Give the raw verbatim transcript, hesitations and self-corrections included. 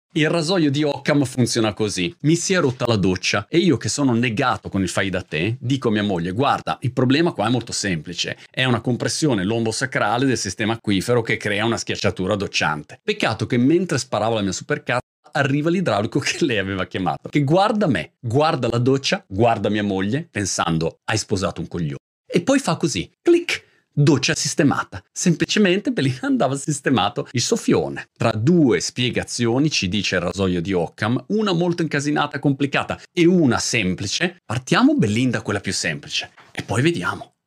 Il rasoio di Occam funziona così. Mi si è rotta la doccia e io, che sono negato con il fai da te, dico a mia moglie: guarda, il problema qua è molto semplice, è una compressione lombosacrale del sistema acquifero che crea una schiacciatura docciante. Peccato che mentre sparavo la mia supercazzo arriva l'idraulico che lei aveva chiamato, che guarda me, guarda la doccia, guarda mia moglie, pensando: hai sposato un coglione. E poi fa così, clic, doccia sistemata. Semplicemente Belina andava sistemato il soffione. Tra due spiegazioni, ci dice il rasoio di Occam, una molto incasinata e complicata e una semplice, partiamo Belin da quella più semplice e poi vediamo.